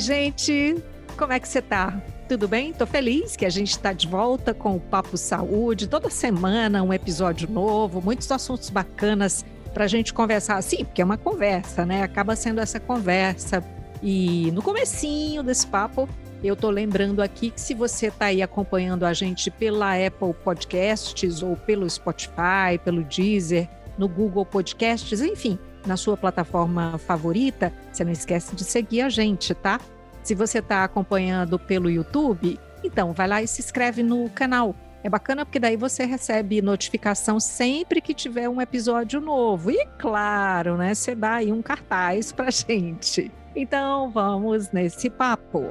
gente! Como é que você tá? Tudo bem? Tô feliz que a gente está de volta com o Papo Saúde. Toda semana um episódio novo, muitos assuntos bacanas para a gente conversar. Assim, porque é uma conversa, né? Acaba sendo essa conversa. E no comecinho desse papo, eu tô lembrando aqui que se você tá aí acompanhando a gente pela Apple Podcasts ou pelo Spotify, pelo Deezer, no Google Podcasts, enfim, na sua plataforma favorita, você não esquece de seguir a gente, tá? Se você está acompanhando pelo YouTube, então vai lá e se inscreve no canal. É bacana porque daí você recebe notificação sempre que tiver um episódio novo. E claro, né, você dá aí um cartaz pra gente. Então vamos nesse papo.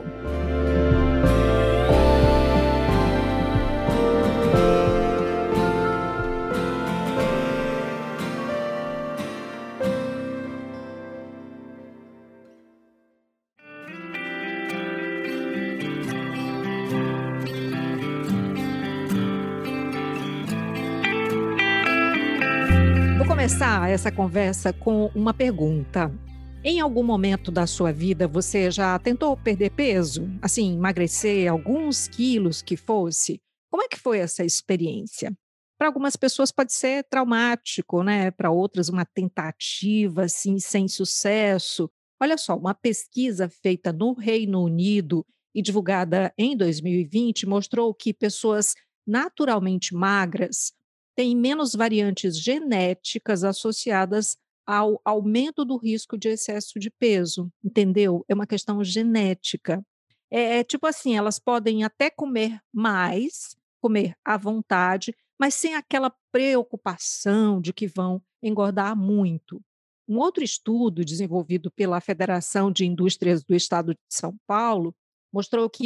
Começar essa conversa com uma pergunta. Em algum momento da sua vida você já tentou perder peso? Assim, emagrecer alguns quilos que fosse? Como é que foi essa experiência? Para algumas pessoas pode ser traumático, né? Para outras uma tentativa assim sem sucesso. Olha só, uma pesquisa feita no Reino Unido e divulgada em 2020 mostrou que pessoas naturalmente magras têm menos variantes genéticas associadas ao aumento do risco de excesso de peso, entendeu? É uma questão genética. É tipo assim, elas podem até comer mais, comer à vontade, mas sem aquela preocupação de que vão engordar muito. Um outro estudo desenvolvido pela Federação de Indústrias do Estado de São Paulo mostrou que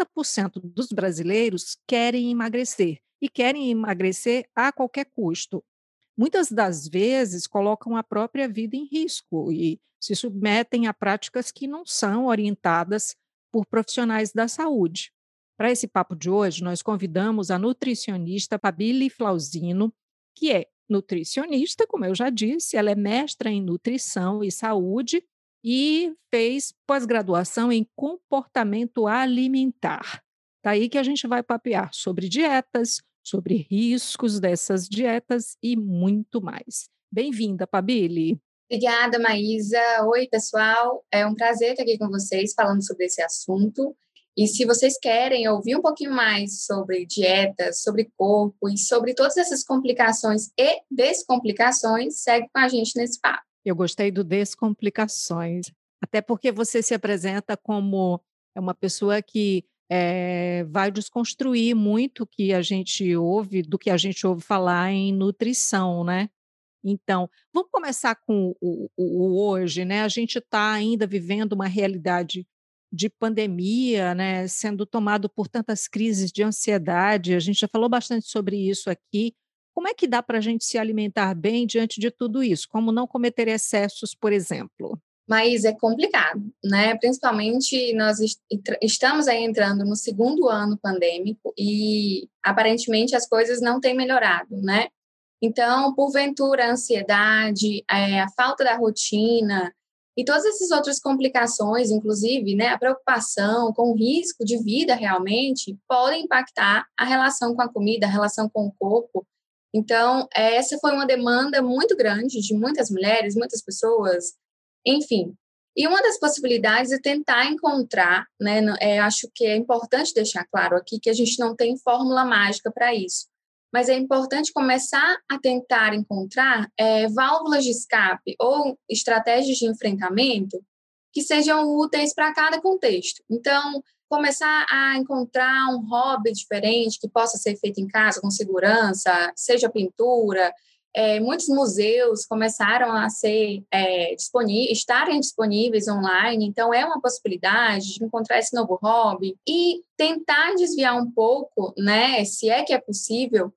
80% dos brasileiros querem emagrecer e querem emagrecer a qualquer custo. Muitas das vezes colocam a própria vida em risco e se submetem a práticas que não são orientadas por profissionais da saúde. Para esse papo de hoje, nós convidamos a nutricionista Pabile Flausino, que é nutricionista, como eu já disse, ela é mestra em nutrição e saúde e fez pós-graduação em comportamento alimentar. Daí que a gente vai papear sobre dietas, sobre riscos dessas dietas e muito mais. Bem-vinda, Pabile. Obrigada, Maísa. Oi, pessoal. É um prazer estar aqui com vocês falando sobre esse assunto. E se vocês querem ouvir um pouquinho mais sobre dietas, sobre corpo e sobre todas essas complicações e descomplicações, segue com a gente nesse papo. Eu gostei do descomplicações, até porque você se apresenta como uma pessoa que vai desconstruir muito que a gente ouve, do que a gente ouve falar em nutrição, né? Então, vamos começar com o hoje, né? A gente está ainda vivendo uma realidade de pandemia, né? Sendo tomado por tantas crises de ansiedade. A gente já falou bastante sobre isso aqui. Como é que dá para a gente se alimentar bem diante de tudo isso? Como não cometer excessos, por exemplo? Mas é complicado, né? Principalmente nós estamos aí entrando no segundo ano pandêmico e aparentemente as coisas não têm melhorado, né? Então, porventura, a ansiedade, a falta da rotina e todas essas outras complicações, inclusive, né, a preocupação com o risco de vida realmente, podem impactar a relação com a comida, a relação com o corpo. Então, essa foi uma demanda muito grande de muitas mulheres, muitas pessoas, enfim. E uma das possibilidades é tentar encontrar, né, acho que é importante deixar claro aqui que a gente não tem fórmula mágica para isso, mas é importante começar a tentar encontrar válvulas de escape ou estratégias de enfrentamento que sejam úteis para cada contexto. Então, começar a encontrar um hobby diferente que possa ser feito em casa com segurança, seja pintura. Muitos museus começaram a ser estarem disponíveis online, então é uma possibilidade de encontrar esse novo hobby e tentar desviar um pouco, né, se é que é possível,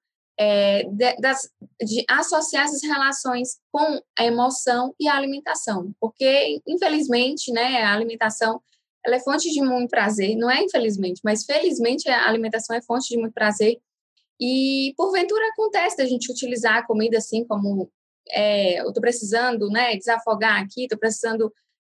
de associar essas relações com a emoção e a alimentação, porque, infelizmente, né, a alimentação ela é fonte de muito prazer, não é infelizmente, mas felizmente a alimentação é fonte de muito prazer, e porventura acontece da gente utilizar a comida assim como eu estou precisando, né, desafogar aqui, estou precisando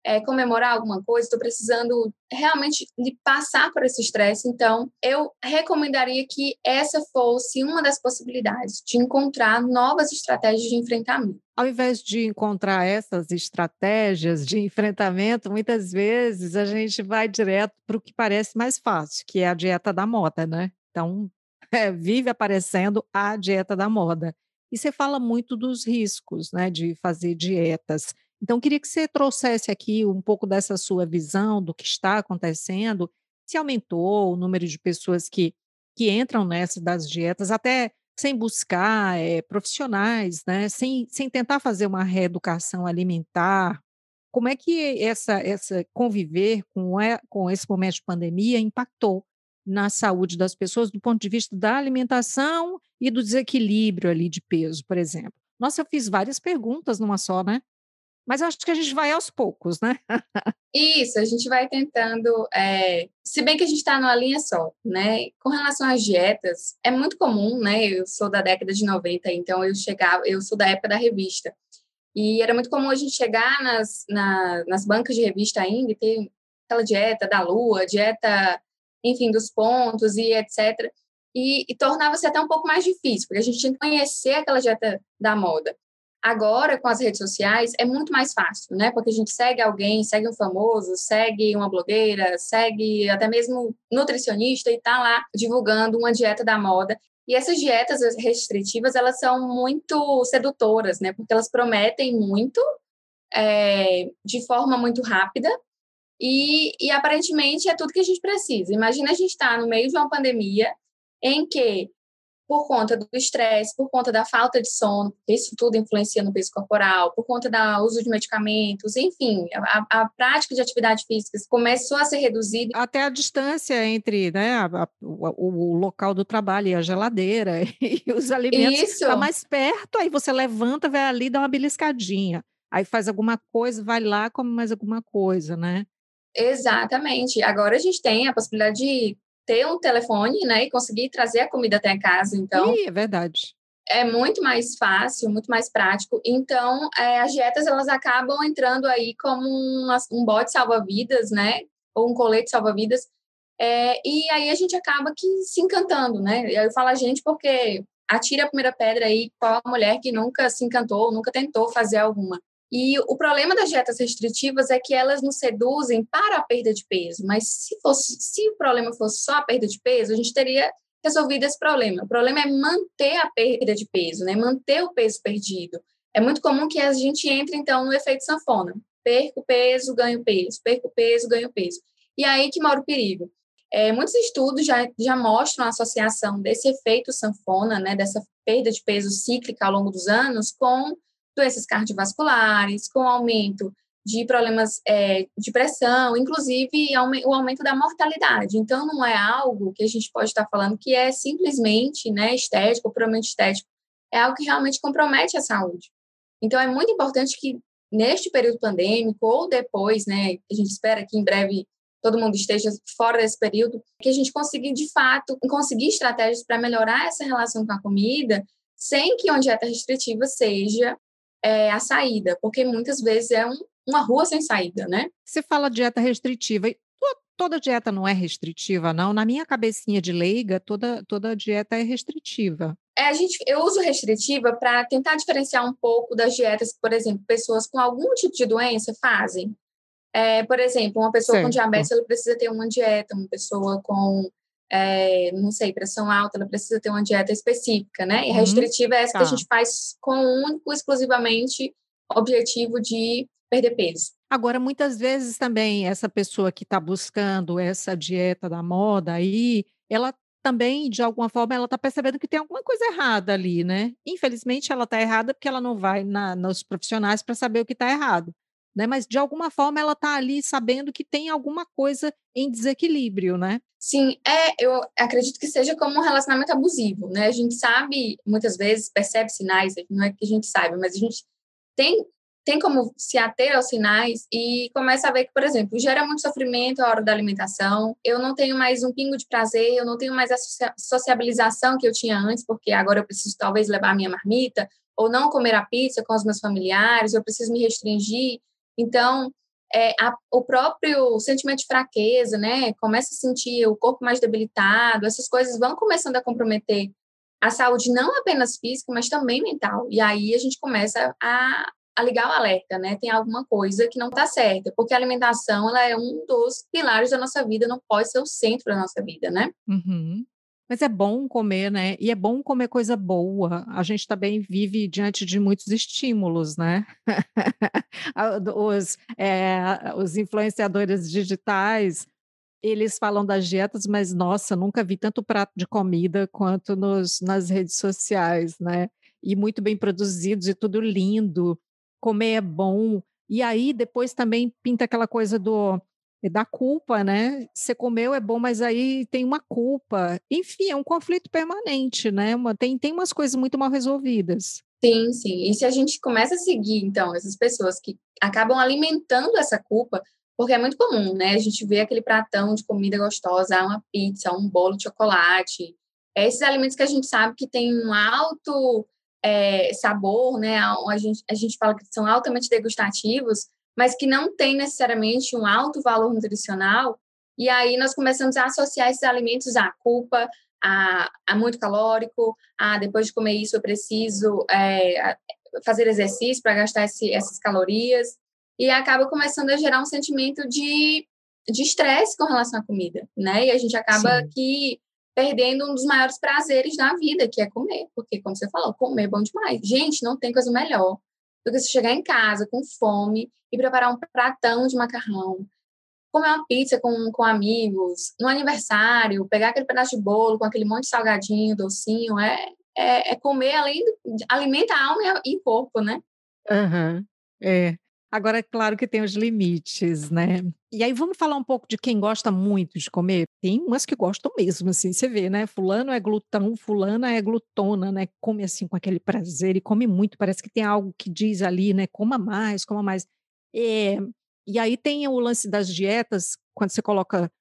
comemorar alguma coisa, estou precisando realmente passar por esse estresse. Então, eu recomendaria que essa fosse uma das possibilidades de encontrar novas estratégias de enfrentamento. Ao invés de encontrar essas estratégias de enfrentamento, muitas vezes a gente vai direto para o que parece mais fácil, que é a dieta da moda, né? Então, vive aparecendo a dieta da moda. E você fala muito dos riscos, né, de fazer dietas. Então, queria que você trouxesse aqui um pouco dessa sua visão do que está acontecendo, se aumentou o número de pessoas que entram nessa das dietas, até sem buscar, profissionais, né, sem tentar fazer uma reeducação alimentar. Como é que essa conviver com esse momento de pandemia impactou na saúde das pessoas do ponto de vista da alimentação e do desequilíbrio ali de peso, por exemplo? Nossa, eu fiz várias perguntas numa só, né, mas acho que a gente vai aos poucos, né. Isso, a gente vai tentando, se bem que a gente está numa linha só, né? Com relação às dietas, é muito comum, né? Eu sou da década de 90, então eu sou da época da revista. E era muito comum a gente chegar nas bancas de revista ainda e ter aquela dieta da lua, dieta, enfim, dos pontos e etc. E tornava-se até um pouco mais difícil, porque a gente tinha que conhecer aquela dieta da moda. Agora, com as redes sociais, é muito mais fácil, né? Porque a gente segue alguém, segue um famoso, segue uma blogueira, segue até mesmo nutricionista e está lá divulgando uma dieta da moda. E essas dietas restritivas, elas são muito sedutoras, né? Porque elas prometem muito, de forma muito rápida e aparentemente é tudo que a gente precisa. Imagina a gente estar no meio de uma pandemia em que por conta do estresse, por conta da falta de sono, porque isso tudo influencia no peso corporal, por conta do uso de medicamentos, enfim, a prática de atividade física começou a ser reduzida. Até a distância entre, né, o local do trabalho e a geladeira e os alimentos está Isso, mais perto, aí você levanta, vai ali, dá uma beliscadinha, aí faz alguma coisa, vai lá, come mais alguma coisa, né. exatamente. Agora a gente tem a possibilidade de ter um telefone, né, e conseguir trazer a comida até casa, então É verdade. é muito mais fácil, muito mais prático. Então, as dietas elas acabam entrando aí como um bote salva-vidas, né? Ou um colete salva-vidas. E aí a gente acaba que se encantando, né? E aí eu falo a gente porque atira a primeira pedra aí qual a mulher que nunca se encantou, nunca tentou fazer alguma. E o problema das dietas restritivas é que elas nos seduzem para a perda de peso, mas se o problema fosse só a perda de peso, a gente teria resolvido esse problema. O problema é manter a perda de peso, né? Manter o peso perdido. É muito comum que a gente entre, então, no efeito sanfona. Perco peso, ganho peso. Perco peso, ganho peso. E aí que mora o perigo. Muitos estudos já mostram a associação desse efeito sanfona, né? Dessa perda de peso cíclica ao longo dos anos com doenças cardiovasculares, com aumento de problemas de pressão, inclusive o aumento da mortalidade. Então, não é algo que a gente pode estar falando que é simplesmente, né, estético, puramente estético. É algo que realmente compromete a saúde. Então, é muito importante que, neste período pandêmico ou depois, né, a gente espera que em breve todo mundo esteja fora desse período, que a gente consiga, de fato, conseguir estratégias para melhorar essa relação com a comida, sem que uma dieta restritiva seja a saída, porque muitas vezes é uma rua sem saída, né? Você fala dieta restritiva e toda dieta não é restritiva não? Na minha cabecinha de leiga, toda dieta é restritiva. Eu uso restritiva para tentar diferenciar um pouco das dietas que, por exemplo, pessoas com algum tipo de doença fazem. Por exemplo, uma pessoa com Certo. diabetes, ela precisa ter uma dieta, uma pessoa com, não sei, pressão alta, ela precisa ter uma dieta específica, né? E a Uhum. restritiva é essa que a Tá. gente faz com o único, exclusivamente, objetivo de perder peso. Agora, muitas vezes também essa pessoa que está buscando essa dieta da moda aí, ela também, de alguma forma, ela está percebendo que tem alguma coisa errada ali, né. Infelizmente ela está errada, porque ela não vai nos profissionais para saber o que está errado, né, mas de alguma forma ela está ali sabendo que tem alguma coisa em desequilíbrio, né. Sim, eu acredito que seja como um relacionamento abusivo, né? A gente sabe, muitas vezes, percebe sinais, não é que a gente saiba, mas a gente tem, tem como se ater aos sinais e começa a ver que, por exemplo, gera muito sofrimento a hora da alimentação, eu não tenho mais um pingo de prazer, eu não tenho mais a sociabilização que eu tinha antes, porque agora eu preciso talvez levar a minha marmita, ou não comer a pizza com os meus familiares, eu preciso me restringir. Então, o próprio sentimento de fraqueza, né? Começa a sentir o corpo mais debilitado, essas coisas vão começando a comprometer a saúde não apenas física, mas também mental. E aí a gente começa a ligar o alerta, né? Tem alguma coisa que não está certa, porque a alimentação ela é um dos pilares da nossa vida, não pode ser o centro da nossa vida, né? Uhum. Mas é bom comer, né, e é bom comer coisa boa. A gente também vive diante de muitos estímulos, né. Os influenciadores digitais, eles falam das dietas, mas nossa, nunca vi tanto prato de comida quanto nas redes sociais, né. E muito bem produzidos e tudo lindo, comer é bom. E aí depois também pinta aquela coisa da culpa, né. Você comeu é bom, mas aí tem uma culpa. Enfim, é um conflito permanente, né, tem umas coisas muito mal resolvidas. Sim, sim. E se a gente começa a seguir, então, essas pessoas que acabam alimentando essa culpa, porque é muito comum, né? A gente vê aquele pratão de comida gostosa, uma pizza, um bolo de chocolate. Esses alimentos que a gente sabe que tem um alto sabor, né? A gente fala que são altamente degustativos, mas que não tem necessariamente um alto valor nutricional. E aí nós começamos a associar esses alimentos à culpa, a muito calórico, depois de comer isso eu preciso fazer exercício para gastar essas calorias, e acaba começando a gerar um sentimento de estresse com relação à comida, né? E a gente acaba Sim. aqui perdendo um dos maiores prazeres da vida, que é comer, porque, como você falou, comer é bom demais. Gente, não tem coisa melhor do que você chegar em casa com fome e preparar um pratão de macarrão, comer uma pizza com amigos, no aniversário, pegar aquele pedaço de bolo com aquele monte de salgadinho, docinho, é comer alimenta a alma e o corpo, né? Aham. É. Agora é claro que tem os limites, né. E aí vamos falar um pouco de quem gosta muito de comer? Tem umas que gostam mesmo, assim, você vê, né, fulano é glutão, fulana é glutona, né, come, assim, com aquele prazer e come muito, parece que tem algo que diz ali, né, coma mais, coma mais. Eh, e aí tem o lance das dietas, quando você coloca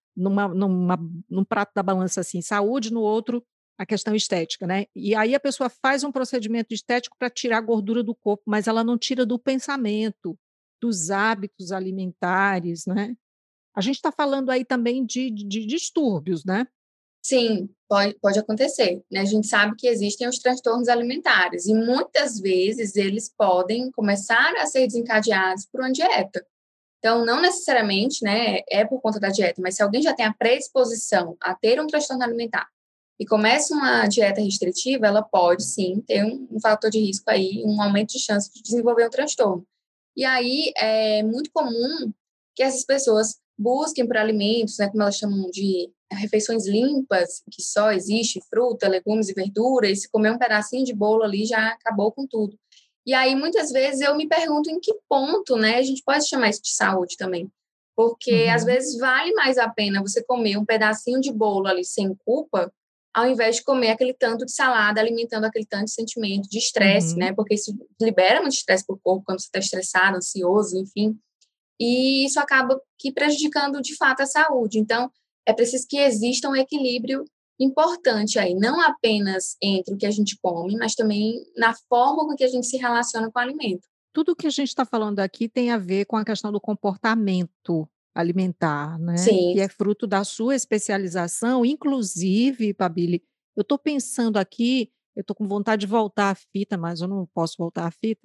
num prato da balança, assim, saúde, no outro a questão estética, né. E aí a pessoa faz um procedimento estético para tirar a gordura do corpo, mas ela não tira do pensamento, dos hábitos alimentares, né. A gente está falando aí também de distúrbios, né. Sim, pode acontecer, né? A gente sabe que existem os transtornos alimentares e muitas vezes eles podem começar a ser desencadeados por uma dieta. Então, não necessariamente, né, é por conta da dieta, mas se alguém já tem a predisposição a ter um transtorno alimentar e começa uma dieta restritiva, ela pode sim ter um fator de risco aí, um aumento de chance de desenvolver um transtorno. E aí é muito comum que essas pessoas busquem por alimentos, né, como elas chamam de refeições limpas, que só existe fruta, legumes e verduras, e se comer um pedacinho de bolo ali já acabou com tudo. E aí, muitas vezes, eu me pergunto em que ponto, né, a gente pode chamar isso de saúde também. Porque, às Uhum, vezes, vale mais a pena você comer um pedacinho de bolo ali sem culpa, ao invés de comer aquele tanto de salada, alimentando aquele tanto de sentimento de estresse, uhum. né? Porque isso libera muito estresse para o corpo quando você está estressado, ansioso, enfim. E isso acaba que prejudicando, de fato, a saúde. Então, é preciso que exista um equilíbrio importante aí, não apenas entre o que a gente come, mas também na forma com que a gente se relaciona com o alimento. Tudo que a gente está falando aqui tem a ver com a questão do comportamento alimentar, né, Sim, que é fruto da sua especialização, inclusive, Pabile, eu estou pensando aqui, eu estou com vontade de voltar à fita, mas eu não posso voltar à fita.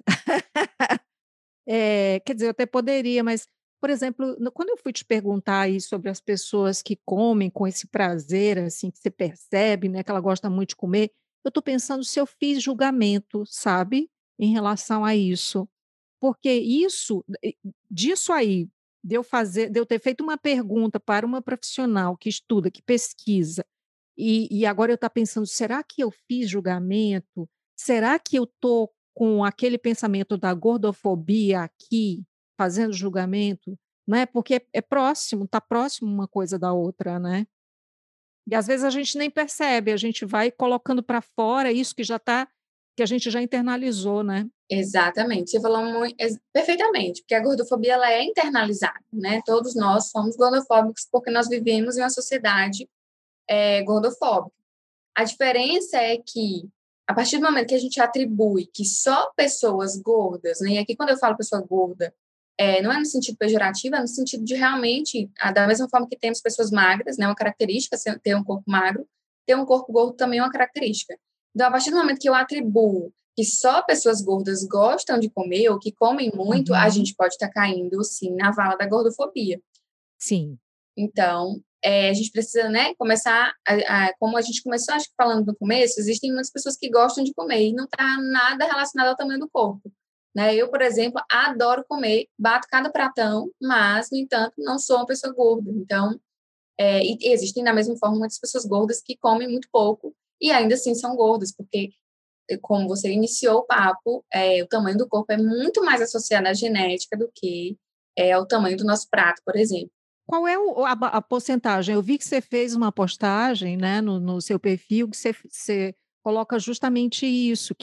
Quer dizer, eu até poderia, mas, por exemplo, quando eu fui te perguntar aí sobre as pessoas que comem com esse prazer, assim, que você percebe, né, que ela gosta muito de comer, eu estou pensando se eu fiz julgamento, sabe, em relação a isso. Porque disso aí, de eu ter feito uma pergunta para uma profissional que estuda, que pesquisa, e agora eu estar pensando: "Será que eu fiz julgamento? Será que eu estou com aquele pensamento da gordofobia aqui, fazendo julgamento?", né, porque é próximo, está próximo uma coisa da outra, né. E às vezes a gente nem percebe, a gente vai colocando para fora isso que a gente já internalizou, né. exatamente. Você falou perfeitamente, porque a gordofobia ela é internalizada, né? Todos nós somos gordofóbicos porque nós vivemos em uma sociedade gordofóbica. A diferença é que, a partir do momento que a gente atribui que só pessoas gordas, né? E aqui quando eu falo pessoa gorda, não é no sentido pejorativo, é no sentido de realmente, da mesma forma que temos pessoas magras, né, uma característica ter um corpo magro, ter um corpo gordo também é uma característica. Então, a partir do momento que eu atribuo que só pessoas gordas gostam de comer ou que comem muito, a Uhum. gente pode estar caindo, sim, na vala da gordofobia. Sim. Então, a gente precisa, né, começar, como a gente começou, acho que falando no começo, existem muitas pessoas que gostam de comer e não está nada relacionado ao tamanho do corpo. Né? Eu, por exemplo, adoro comer, bato cada pratão, mas, no entanto, não sou uma pessoa gorda. Então, e existem, da mesma forma, muitas pessoas gordas que comem muito pouco e ainda assim são gordas, porque, como você iniciou o papo, o tamanho do corpo é muito mais associado à genética do que ao tamanho do nosso prato, por exemplo. Qual é a porcentagem? Eu vi que você fez uma postagem, né, no seu perfil, que você coloca justamente isso,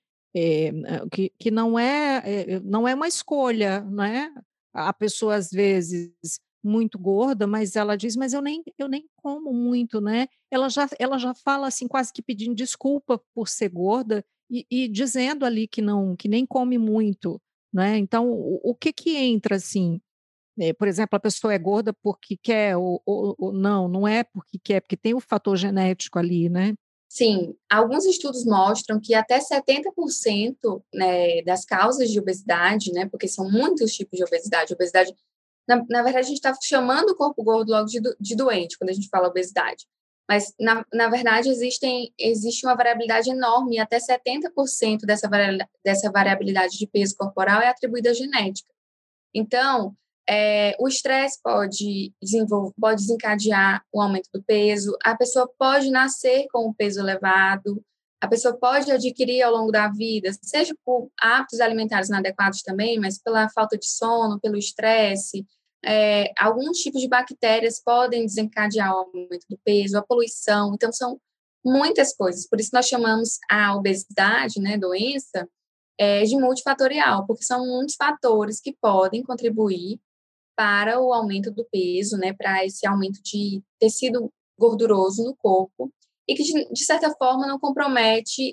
que não é uma escolha, né? A pessoa, às vezes, muito gorda, mas ela diz: "Mas eu nem como muito", né? Ela já fala, assim, quase que pedindo desculpa por ser gorda e dizendo ali que nem come muito, né? Então, o que que entra, assim, por exemplo, a pessoa é gorda porque quer ou não é porque quer, porque tem o fator genético ali, né. Sim, alguns estudos mostram que até 70%, né, das causas de obesidade, né, porque são muitos tipos de obesidade. Obesidade, na verdade, a gente está chamando o corpo gordo logo de doente, quando a gente fala obesidade. Mas, na verdade, existe uma variabilidade enorme, e até 70% dessa variabilidade de peso corporal é atribuída à genética. Então, o estresse pode desencadear o aumento do peso, a pessoa pode nascer com o peso elevado, a pessoa pode adquirir ao longo da vida, seja por hábitos alimentares inadequados também, mas pela falta de sono, pelo estresse, alguns tipos de bactérias podem desencadear o aumento do peso, a poluição, então são muitas coisas, por isso nós chamamos a obesidade, né, doença, de multifatorial, porque são muitos fatores que podem contribuir para o aumento do peso, né, para esse aumento de tecido gorduroso no corpo, e que, de certa forma, não compromete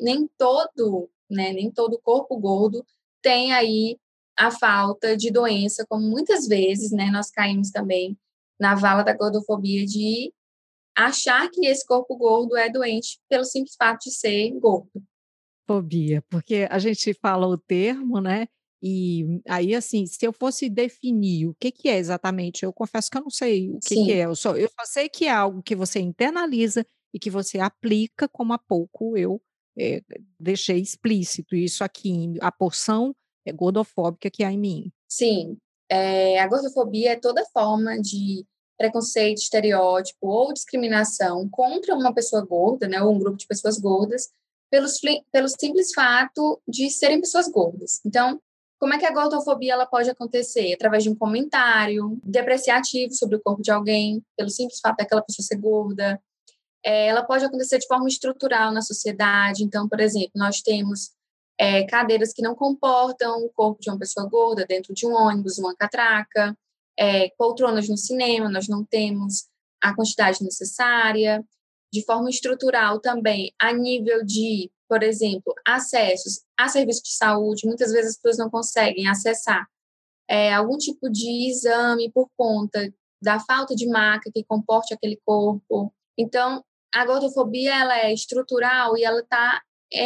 nem todo corpo gordo tem aí a falta de doença, como muitas vezes, né, nós caímos também na vala da gordofobia de achar que esse corpo gordo é doente pelo simples fato de ser gordo. Fobia, porque a gente fala o termo, né, e aí, assim, se eu fosse definir o que que é exatamente, eu confesso que eu não sei o que que Sim, é, eu só sei que é algo que você internaliza e que você aplica, como há pouco eu, eh, deixei explícito isso aqui, a porção, gordofóbica que há em mim. sim. A gordofobia é toda forma de preconceito, estereótipo ou discriminação contra uma pessoa gorda, né, ou um grupo de pessoas gordas, pelo simples fato de serem pessoas gordas. Então, como é que a gordofobia ela pode acontecer? Através de um comentário depreciativo sobre o corpo de alguém, pelo simples fato daquela pessoa ser gorda. Ela pode acontecer de forma estrutural na sociedade. Então, por exemplo, nós temos cadeiras que não comportam o corpo de uma pessoa gorda dentro de um ônibus, uma catraca, poltronas no cinema, nós não temos a quantidade necessária. De forma estrutural também, a nível de, por exemplo, acessos a serviços de saúde, muitas vezes as pessoas não conseguem acessar algum tipo de exame por conta da falta de maca que comporte aquele corpo. Então, a gordofobia ela é estrutural e ela está,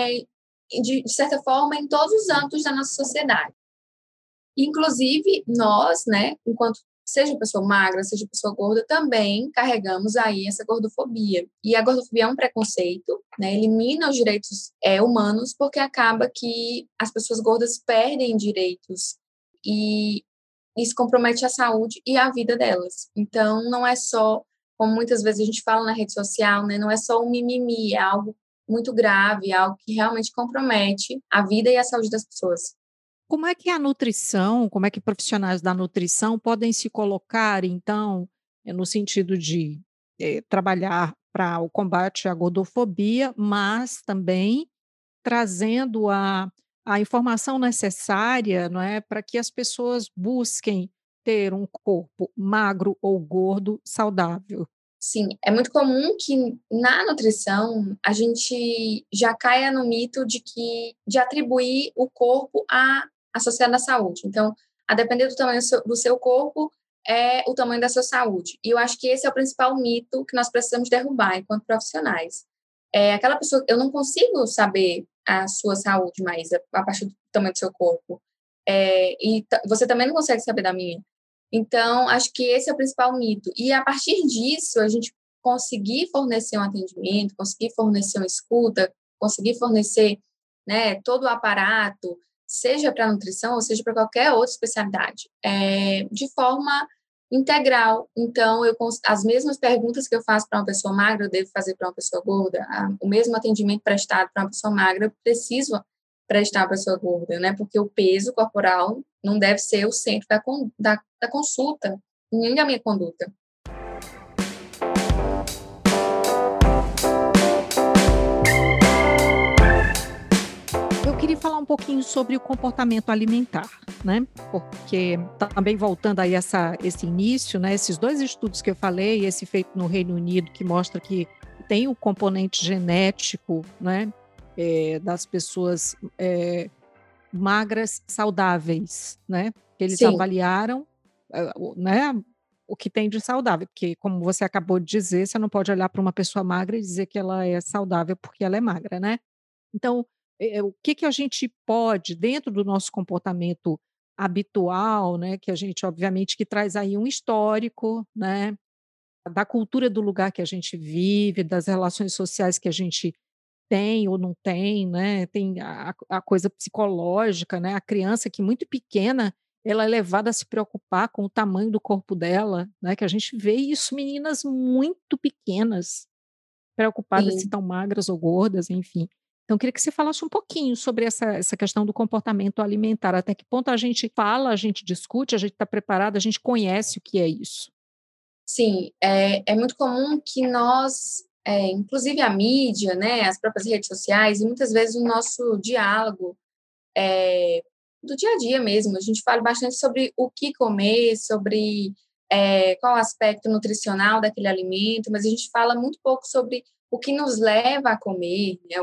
de certa forma, em todos os âmbitos da nossa sociedade. Inclusive, nós, né, enquanto seja pessoa magra, seja pessoa gorda, também carregamos aí essa gordofobia. E a gordofobia é um preconceito, né, elimina os direitos humanos, porque acaba que as pessoas gordas perdem direitos e isso compromete a saúde e a vida delas. Então, não é só, como muitas vezes a gente fala na rede social, né, não é só um mimimi, é algo muito grave, é algo que realmente compromete a vida e a saúde das pessoas. Como é que profissionais da nutrição podem se colocar, então, no sentido de, trabalhar para o combate à gordofobia, mas também trazendo a informação necessária, não é, para que as pessoas busquem ter um corpo magro ou gordo saudável. Sim, é muito comum que na nutrição a gente já caia no mito de atribuir o corpo associado à saúde. Então, a depender do tamanho do seu corpo, é o tamanho da sua saúde. E eu acho que esse é o principal mito que nós precisamos derrubar enquanto profissionais. Aquela pessoa, eu não consigo saber a sua saúde, Maísa, a partir do tamanho do seu corpo. Você também não consegue saber da minha. Então, acho que esse é o principal mito. E a partir disso, a gente conseguir fornecer um atendimento, conseguir fornecer uma escuta, conseguir fornecer, né, todo o aparato, seja para nutrição ou seja para qualquer outra especialidade, de forma integral. Então, as mesmas perguntas que eu faço para uma pessoa magra, eu devo fazer para uma pessoa gorda. O mesmo atendimento prestado para uma pessoa magra, eu preciso prestar para a pessoa gorda, né? Porque o peso corporal não deve ser o centro da consulta, nem da minha conduta. Eu queria falar um pouquinho sobre o comportamento alimentar, né? Porque também voltando aí esse início, né? Esses 2 estudos que eu falei, esse feito no Reino Unido, que mostra que tem o componente genético, né? Das pessoas magras saudáveis, né? Que eles Sim, avaliaram, né? O que tem de saudável, porque como você acabou de dizer, você não pode olhar para uma pessoa magra e dizer que ela é saudável porque ela é magra, né? Então, o que que a gente pode, dentro do nosso comportamento habitual, né, que a gente obviamente que traz aí um histórico, né, da cultura do lugar que a gente vive, das relações sociais que a gente tem ou não tem, né, tem a coisa psicológica, né, a criança que muito pequena, ela é levada a se preocupar com o tamanho do corpo dela, né, que a gente vê isso, meninas muito pequenas, preocupadas se sim. estão magras ou gordas, enfim. Então, eu queria que você falasse um pouquinho sobre essa questão do comportamento alimentar, até que ponto a gente fala, a gente discute, a gente está preparado, a gente conhece o que é isso. Sim, é muito comum que nós, inclusive a mídia, né, as próprias redes sociais, e muitas vezes o nosso diálogo do dia a dia mesmo, a gente fala bastante sobre o que comer, sobre qual o aspecto nutricional daquele alimento, mas a gente fala muito pouco sobre o que nos leva a comer, né,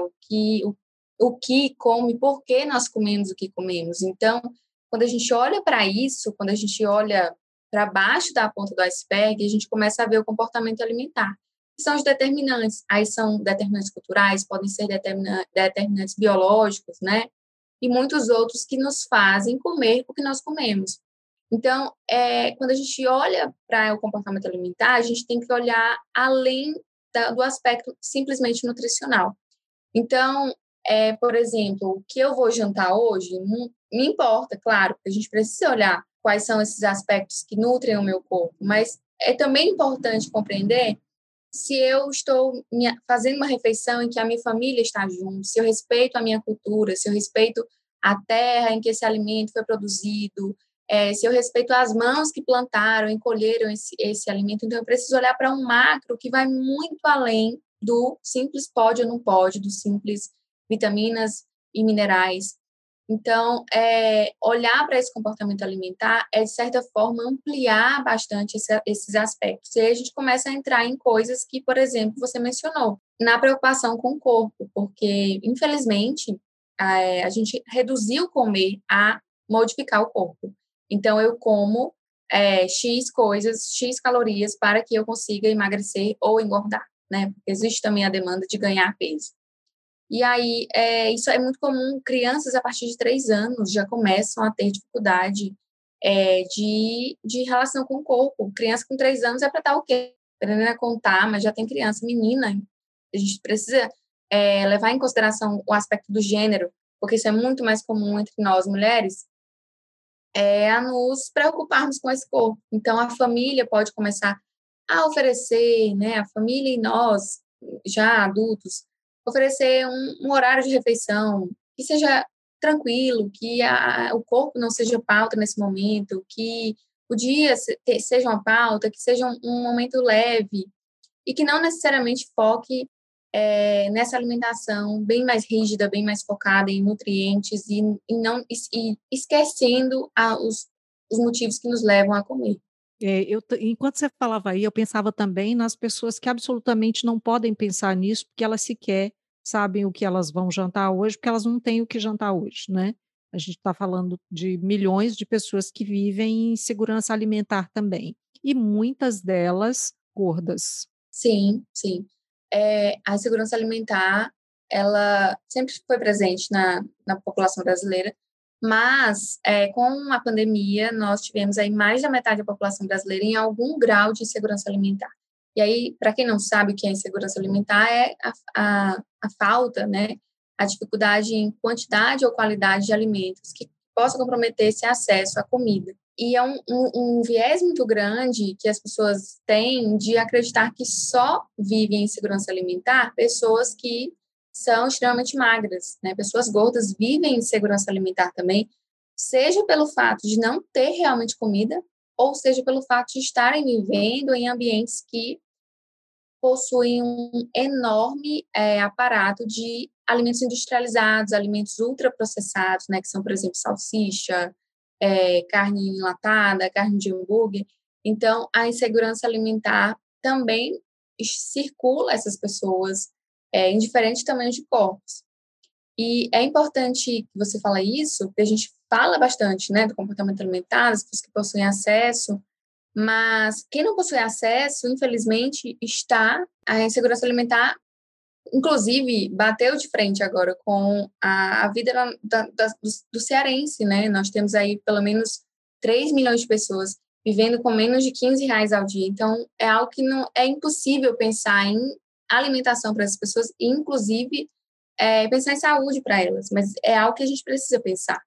o que come, por que nós comemos o que comemos. Então, quando a gente olha para isso, quando a gente olha para baixo da ponta do iceberg, a gente começa a ver o comportamento alimentar, que são os determinantes. Aí são determinantes culturais, podem ser determinantes biológicos, né? E muitos outros que nos fazem comer o que nós comemos. Então, quando a gente olha para o comportamento alimentar, a gente tem que olhar além do aspecto simplesmente nutricional. Então, por exemplo, o que eu vou jantar hoje não me importa, claro, porque a gente precisa olhar quais são esses aspectos que nutrem o meu corpo, mas é também importante compreender se eu estou fazendo uma refeição em que a minha família está junto, se eu respeito a minha cultura, se eu respeito a terra em que esse alimento foi produzido, se eu respeito as mãos que plantaram e colheram esse alimento. Então, eu preciso olhar para um macro que vai muito além do simples pode ou não pode, do simples vitaminas e minerais. Então, olhar para esse comportamento alimentar é, de certa forma, ampliar bastante esses aspectos. E aí a gente começa a entrar em coisas que, por exemplo, você mencionou, na preocupação com o corpo, porque, infelizmente, a gente reduziu comer a modificar o corpo. Então, eu como X coisas, X calorias para que eu consiga emagrecer ou engordar, né? Porque existe também a demanda de ganhar peso. E aí, isso é muito comum, crianças a partir de 3 anos já começam a ter dificuldade de relação com o corpo. Criança com 3 anos é para estar o quê? Aprendendo a contar, mas já tem criança, menina. A gente precisa levar em consideração o aspecto do gênero, porque isso é muito mais comum entre nós mulheres, a nos preocuparmos com esse corpo. Então, a família pode começar a oferecer, né, a família e nós, já adultos, oferecer um horário de refeição que seja tranquilo, que o corpo não seja pauta nesse momento, que o dia seja uma pauta, que seja um momento leve e que não necessariamente foque nessa alimentação bem mais rígida, bem mais focada em nutrientes e esquecendo os motivos que nos levam a comer. Enquanto você falava aí, eu pensava também nas pessoas que absolutamente não podem pensar nisso, porque elas sequer sabem o que elas vão jantar hoje, porque elas não têm o que jantar hoje, né. A gente está falando de milhões de pessoas que vivem em insegurança alimentar também, e muitas delas gordas. Sim, sim. A insegurança alimentar, ela sempre foi presente na população brasileira, mas com a pandemia nós tivemos aí mais da metade da população brasileira em algum grau de insegurança alimentar. E aí, para quem não sabe o que é insegurança alimentar, é a falta, né, a dificuldade em quantidade ou qualidade de alimentos que possa comprometer esse acesso à comida. E é um viés muito grande que as pessoas têm de acreditar que só vivem em segurança alimentar pessoas que são extremamente magras, né? Pessoas gordas vivem em segurança alimentar também, seja pelo fato de não ter realmente comida, ou seja pelo fato de estarem vivendo em ambientes que possuem um enorme aparato de alimentos industrializados, alimentos ultraprocessados, né? Que são, por exemplo, salsicha, carne enlatada, carne de hambúrguer. Então, a insegurança alimentar também circula essas pessoas em diferentes tamanhos de corpos. E é importante que você fale isso, porque a gente fala bastante, né, do comportamento alimentar, das pessoas que possuem acesso, mas quem não possui acesso, infelizmente, a insegurança alimentar, inclusive, bateu de frente agora com a vida do cearense, né? Nós temos aí pelo menos 3 milhões de pessoas vivendo com menos de R$ 15 ao dia. Então, é algo que não é impossível pensar em alimentação para essas pessoas e, inclusive, pensar em saúde para elas. Mas é algo que a gente precisa pensar.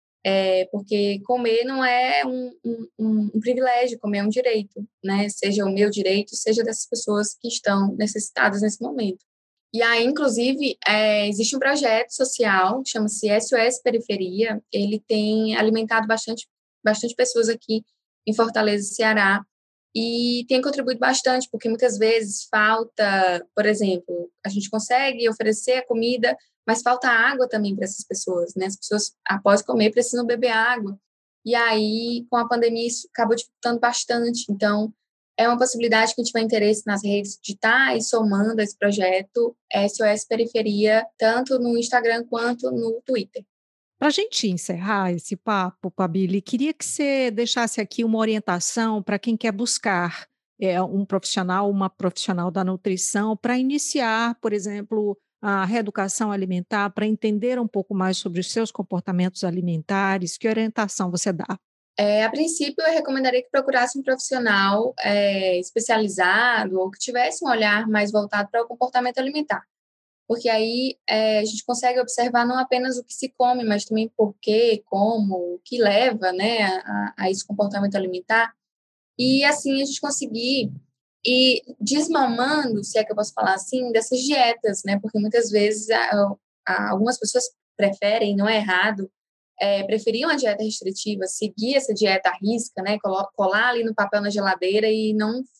Porque comer não é um privilégio, comer é um direito, né? Seja o meu direito, seja dessas pessoas que estão necessitadas nesse momento. E aí, inclusive, existe um projeto social, chama-se SOS Periferia, ele tem alimentado bastante pessoas aqui em Fortaleza, Ceará, e tem contribuído bastante, porque muitas vezes falta, por exemplo, a gente consegue oferecer a comida, mas falta água também para essas pessoas, né? As pessoas, após comer, precisam beber água. E aí, com a pandemia, isso acabou dificultando bastante. Então, é uma possibilidade que a gente tiver interesse nas redes de estar somando esse projeto SOS Periferia, tanto no Instagram quanto no Twitter. Para a gente encerrar esse papo, Pabili, queria que você deixasse aqui uma orientação para quem quer buscar um profissional, uma profissional da nutrição, para iniciar, por exemplo, a reeducação alimentar, para entender um pouco mais sobre os seus comportamentos alimentares. Que orientação você dá? A princípio, eu recomendaria que procurasse um profissional especializado ou que tivesse um olhar mais voltado para o comportamento alimentar. Porque aí a gente consegue observar não apenas o que se come, mas também por quê, como, o que leva, né, a esse comportamento alimentar. E assim a gente conseguir ir desmamando, se é que eu posso falar assim, dessas dietas, né? Porque muitas vezes algumas pessoas preferem, não é errado, preferiam a dieta restritiva, seguir essa dieta à risca, né? Colar ali no papel na geladeira e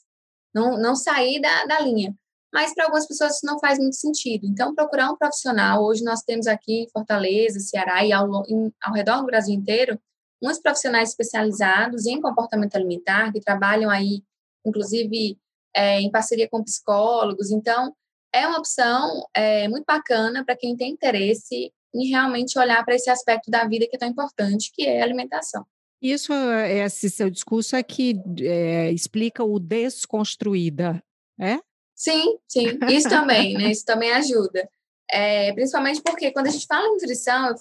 não sair da linha. Mas para algumas pessoas isso não faz muito sentido. Então, procurar um profissional. Hoje nós temos aqui em Fortaleza, Ceará e ao redor do Brasil inteiro, uns profissionais especializados em comportamento alimentar, que trabalham aí, inclusive, em parceria com psicólogos. Então, é uma opção muito bacana para quem tem interesse em realmente olhar para esse aspecto da vida que é tão importante, que é a alimentação. Isso, esse seu discurso é que explica o Desconstruída, é? Sim, sim, isso também, né? Isso também ajuda. Principalmente porque quando a gente fala em nutrição,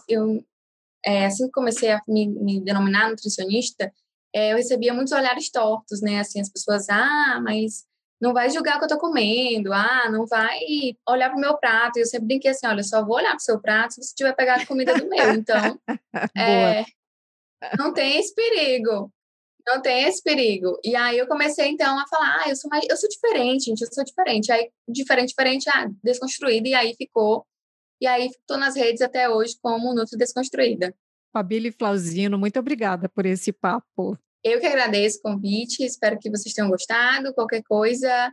assim que comecei a me denominar nutricionista, eu recebia muitos olhares tortos, né? Assim, as pessoas, mas não vai julgar o que eu tô comendo, não vai olhar pro meu prato. E eu sempre brinquei assim, olha, eu só vou olhar pro seu prato se você tiver pegado comida do meu. Então, Boa. não tem esse perigo. Não tem esse perigo. E aí eu comecei, então, a falar, eu sou diferente, gente, eu sou diferente. Aí, diferente, desconstruída, e aí ficou. E aí estou nas redes até hoje como Nutri Desconstruída. Pabili Flauzino, muito obrigada por esse papo. Eu que agradeço o convite, espero que vocês tenham gostado. Qualquer coisa,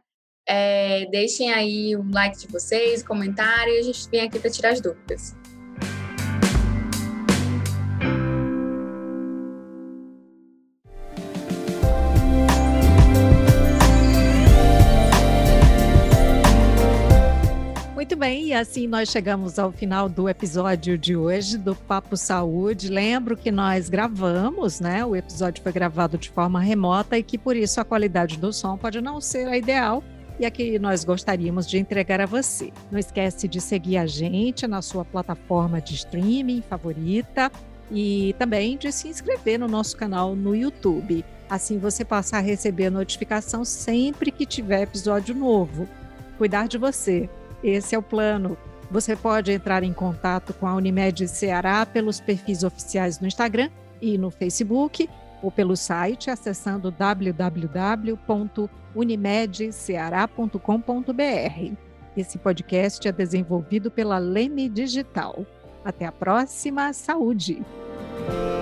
deixem aí o like de vocês, comentário, e a gente vem aqui para tirar as dúvidas. Muito bem. bem, e assim nós chegamos ao final do episódio de hoje do Papo Saúde. Lembro que nós gravamos, né? O episódio foi gravado de forma remota e que por isso a qualidade do som pode não ser a ideal e a que nós gostaríamos de entregar a você. Não esquece de seguir a gente na sua plataforma de streaming favorita e também de se inscrever no nosso canal no YouTube. Assim você passa a receber notificação sempre que tiver episódio novo. Cuidar de você. Esse é o plano. Você pode entrar em contato com a Unimed Ceará pelos perfis oficiais no Instagram e no Facebook ou pelo site acessando www.unimedceara.com.br. Esse podcast é desenvolvido pela Leme Digital. Até a próxima. Saúde!